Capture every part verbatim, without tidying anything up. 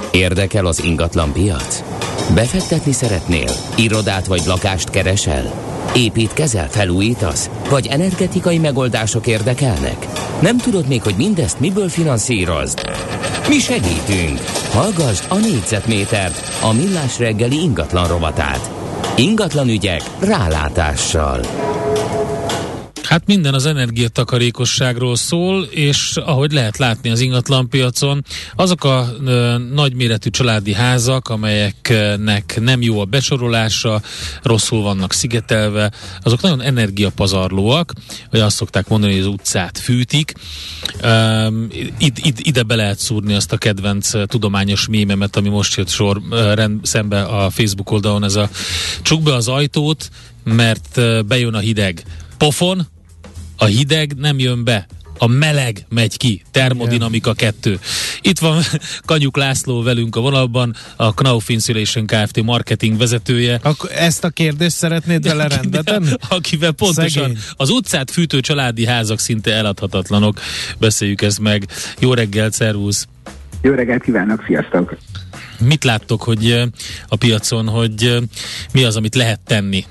Érdekel az ingatlan piac? Befektetni szeretnél? Irodát vagy lakást keresel? Építkezel, felújítasz? Vagy energetikai megoldások érdekelnek? Nem tudod még, hogy mindezt miből finanszírozd? Mi segítünk! Hallgasd a négyzetmétert, a Millás reggeli ingatlan rovatát. Ingatlan ügyek rálátással. Hát minden az energiatakarékosságról szól, és ahogy lehet látni az ingatlanpiacon, azok a ö, nagyméretű családi házak, amelyeknek nem jó a besorolása, rosszul vannak szigetelve, azok nagyon energiapazarlóak, vagy azt szokták mondani, hogy az utcát fűtik. Üm, id, id, ide be lehet szúrni azt a kedvenc tudományos mémemet, ami most jött sor rend, szembe a Facebook oldalon, ez a csukd be az ajtót, mert bejön a hideg. Pofon, a hideg nem jön be, a meleg megy ki, termodinamika kettő. Itt van Kanyuk László velünk a vonalban, a Knauf Insulation Kft. Marketing vezetője. Akkor ezt a kérdést szeretnéd vele rendbe tenni? Akivel pontosan Szegény. Az utcát fűtő családi házak szinte eladhatatlanok. Beszéljük ezt meg. Jó reggelt, szervusz! Jó reggelt kívánok, sziasztok! Mit láttok, hogy a piacon, hogy mi az, amit lehet tenni?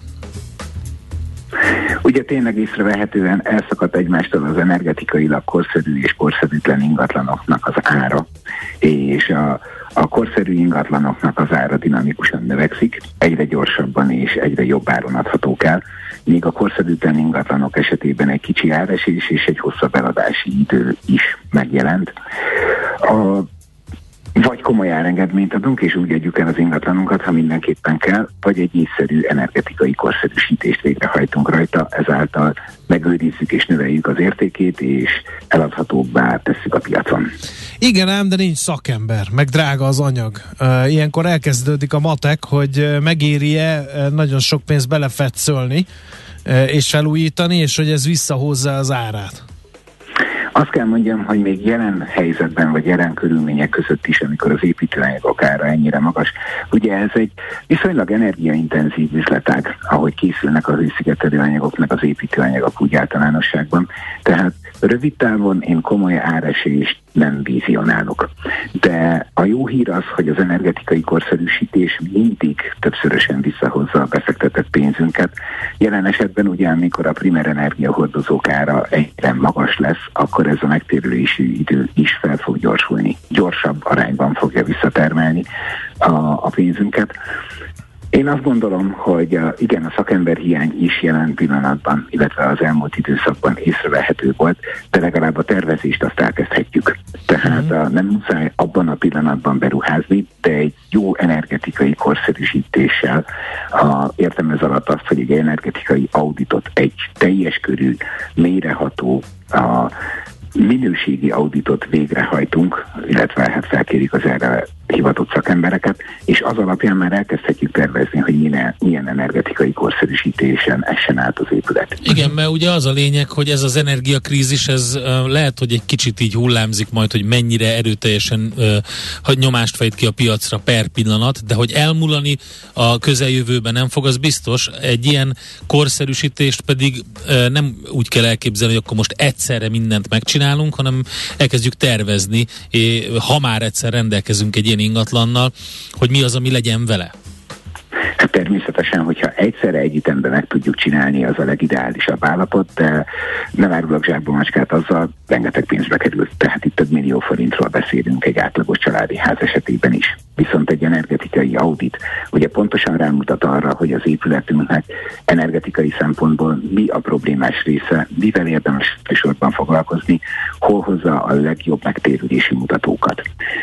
Ugye tényleg észrevehetően elszakadt egymástól az energetikailag korszerű és korszerűtlen ingatlanoknak az ára, és a, a korszerű ingatlanoknak az ára dinamikusan növekszik, egyre gyorsabban és egyre jobb áron adhatók el, míg a korszerűtlen ingatlanok esetében egy kicsi áresés és egy hosszabb eladási idő is megjelent. A Vagy komoly árengedményt adunk, és úgy adjuk el az ingatlanunkat, ha mindenképpen kell, vagy egy észszerű energetikai korszerűsítést végrehajtunk rajta, ezáltal megőrizzük és növeljük az értékét, és eladhatóbbá tesszük a piacon. Igen ám, de nincs szakember, meg drága az anyag. Uh, ilyenkor elkezdődik a matek, hogy megéri-e nagyon sok pénzt belefetszölni, uh, és felújítani, és hogy ez visszahozza az árát. Azt kell mondjam, hogy még jelen helyzetben, vagy jelen körülmények között is, amikor az építőanyagok ára ennyire magas, ugye ez egy viszonylag energiaintenzív üzletág, ahogy készülnek a hőszigetelő anyagok, meg az építőanyagok úgy általánosságban. Tehát rövid távon én komoly áresést nem vizionálok. De a jó hír az, hogy az energetikai korszerűsítés mindig többszörösen visszahozza a befektetett pénzünket. Jelen esetben ugye, amikor a primer energiahordozók ára egyre magas lesz, akkor ez a megtérülési idő is fel fog gyorsulni. Gyorsabb arányban fogja visszatermelni a, a pénzünket. Én azt gondolom, hogy a, igen, a szakemberhiány is jelen pillanatban, illetve az elmúlt időszakban észrevehető volt, de legalább a tervezést azt elkezdhetjük. Tehát a, nem muszáj abban a pillanatban beruházni, de egy jó energetikai korszerűsítéssel, a, értem ez alatt azt, hogy egy energetikai auditot, egy teljes körű, mélyreható, a minőségi auditot végrehajtunk, illetve hát felkérjük az erre hivatott szakembereket, és az alapján már elkezdhetjük tervezni, hogy milyen, milyen energetikai korszerűsítésen essen át az épület. Igen, mert ugye az a lényeg, hogy ez az energiakrízis, ez uh, lehet, hogy egy kicsit így hullámzik majd, hogy mennyire erőteljesen uh, hogy nyomást fejt ki a piacra per pillanat, de hogy elmúlani a közeljövőben nem fog, az biztos. Egy ilyen korszerűsítést pedig uh, nem úgy kell elképzelni, hogy akkor most egyszerre mindent megcsinálunk, hanem elkezdjük tervezni, és ha már egyszer rendelkezünk egy ilyen ingatlannal, hogy mi az, ami legyen vele? Hát természetesen, hogyha egyszerre egy ütemben meg tudjuk csinálni, az a legideálisabb állapot, de nem árulok zsákba macskát, azzal rengeteg pénzbe kerül. Tehát itt több millió forintról beszélünk egy átlagos családi ház esetében is. Viszont egy energetikai audit ugye pontosan rámutat arra, hogy az épületünknek energetikai szempontból mi a problémás része, mivel érdemes sorban foglalkozni, hol hozza a legjobb megtérülési mutatókat.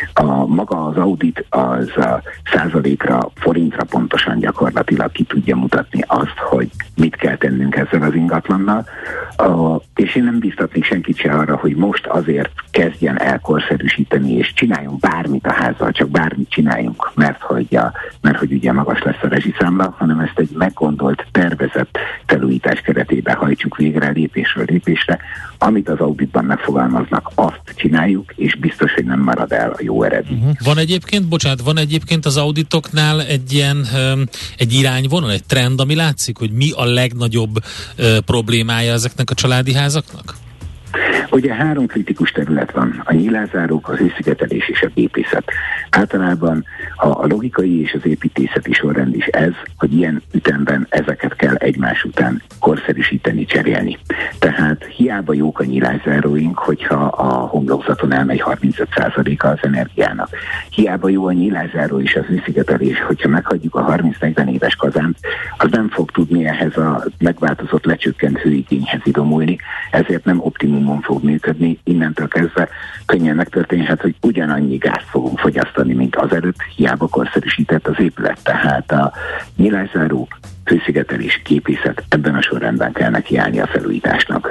A maga az audit az a százalékra, forintra pontosan gyakorlatilag ki tudja mutatni azt, hogy mit kell tennünk ezzel az ingatlannal, a, és én nem biztatnék senkit se arra, hogy most azért kezdjen el korszerűsíteni, és csináljunk bármit a házzal, csak bármit csináljunk, mert hogy, a, mert hogy ugye magas lesz a rezsiszámla, hanem ezt egy meggondolt, tervezett felújítás keretében hajtsuk végre lépésről lépésre, amit az auditban megfogalmaznak, azt csináljuk, és biztos, hogy nem marad el a jó eredmény. Uh-huh. Van egyébként, bocsánat, van egyébként az auditoknál egy ilyen, um, egy irányvonal, egy trend, ami látszik, hogy mi a legnagyobb uh, problémája ezeknek a családi házaknak? Ugye három kritikus terület van, a nyílászárók, az hőszigetelés és a gépészet. Általában a, a logikai és az építészeti sorrend is ez, hogy ilyen ütemben ezeket kell egymás után korszerűsíteni, cserélni. Tehát hiába jók a nyílászáróink, hogyha a homlokzaton elmegy harmincöt százaléka az energiának. Hiába jó a nyílászáró és az hőszigetelés, hogyha meghagyjuk a harminc-negyven éves kazánt, az nem fog tudni ehhez a megváltozott, lecsökkent hőigényhez idomulni, ezért nem optimumon fog működni. Innentől kezdve könnyen megtörténhet, hogy ugyanannyi gázt fogunk fogyasztani, mint azelőtt, hiába korszerűsített az épület. Tehát a nyílászáró, hőszigetelés, gépészet, ebben a sorrendben kell nekiállni a felújításnak.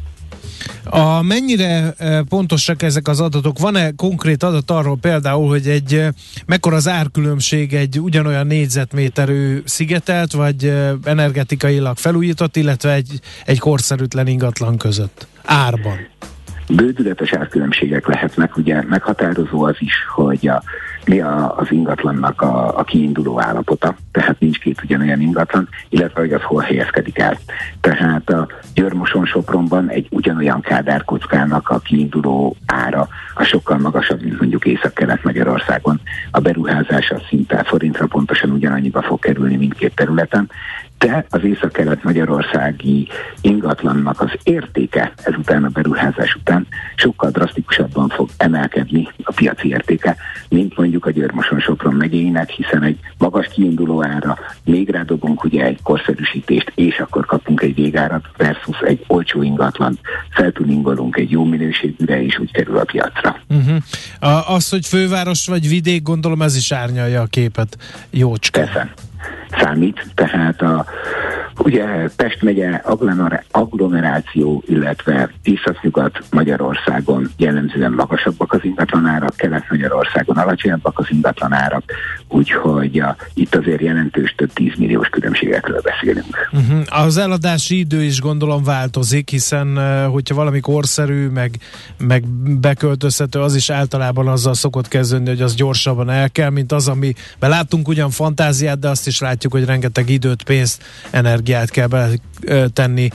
A mennyire pontosak ezek az adatok? Van-e konkrét adat arról például, hogy egy mekkora az árkülönbség egy ugyanolyan négyzetméterű szigetelt, vagy energetikailag felújított, illetve egy, egy korszerűtlen ingatlan között? Árban. Bődületes árkülönbségek lehetnek, ugye meghatározó az is, hogy a, mi a, az ingatlannak a, a kiinduló állapota, tehát nincs két ugyanolyan ingatlan, illetve hogy az hol helyezkedik el. Tehát a Győr-Moson-Sopronban egy ugyanolyan kádárkockának a kiinduló ára a sokkal magasabb, mint mondjuk Észak-Kelet-Magyarországon. A beruházás az szinte forintra pontosan ugyanannyiba fog kerülni mindkét területen, de az észak-kelet-magyarországi ingatlannak az értéke ezután a beruházás után sokkal drasztikusabban fog emelkedni a piaci értéke, mint mondjuk a Győr-Moson-Sopron megyének, hiszen egy magas kiinduló ára, még rádobunk ugye egy korszerűsítést, és akkor kapunk egy végárat versus egy olcsó ingatlant, feltuningolunk egy jó minőségűre, és úgy kerül a piacra. Uh-huh. A, az, hogy főváros vagy vidék, gondolom ez is árnyalja a képet jócska. Persze. Számít, tehát a, ugye Pest megye agglomeráció, illetve Észak-Nyugat Magyarországon jellemzően magasabbak az ingatlanárak, Kelet-Magyarországon alacsonyabbak az ingatlanárak, úgyhogy a, itt azért jelentős több tízmilliós különbségekről beszélünk. Uh-huh. Az eladási idő is gondolom változik, hiszen hogyha valami korszerű, meg, meg beköltözhető, az is általában azzal szokott kezdődni, hogy az gyorsabban el kell, mint az, amiben láttunk ugyan fantáziát, de azt is látjuk, hogy rengeteg időt, pénzt, energiát kell beletenni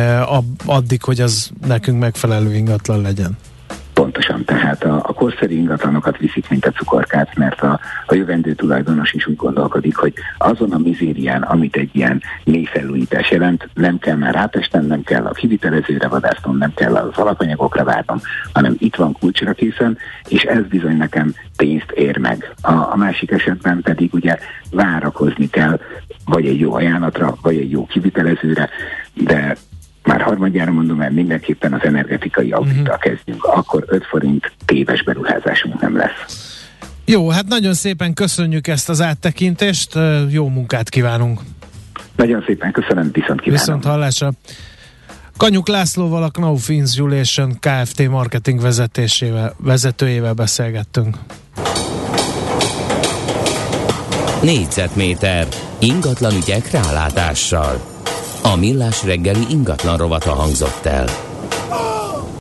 addig, hogy az nekünk megfelelő ingatlan legyen. Pontosan, tehát a, a korszerű ingatlanokat viszik, mint a cukorkát, mert a, a jövendő tulajdonos is úgy gondolkodik, hogy azon a mizérián, amit egy ilyen mély felújítás jelent, nem kell már rátestem, nem kell a kivitelezőre vadásznom, nem kell az alapanyagokra várnom, hanem itt van kulcsra készen, és ez bizony nekem pénzt ér meg. A, a másik esetben pedig ugye várakozni kell, vagy egy jó ajánlatra, vagy egy jó kivitelezőre, de már harmadjára mondom, mert mindenképpen az energetikai audittal uh-huh. kezdjünk, akkor öt forint téves beruházásunk nem lesz. Jó, hát nagyon szépen köszönjük ezt az áttekintést, jó munkát kívánunk. Nagyon szépen köszönöm, viszont kívánom. Viszont hallásra. Kanyuk Lászlóval, a Knauf Insulation Kft. Marketing vezetésével, vezetőjével beszélgettünk. Négyzetméter ingatlan ügyek rálátással. A Millás reggeli ingatlan rovata hangzott el.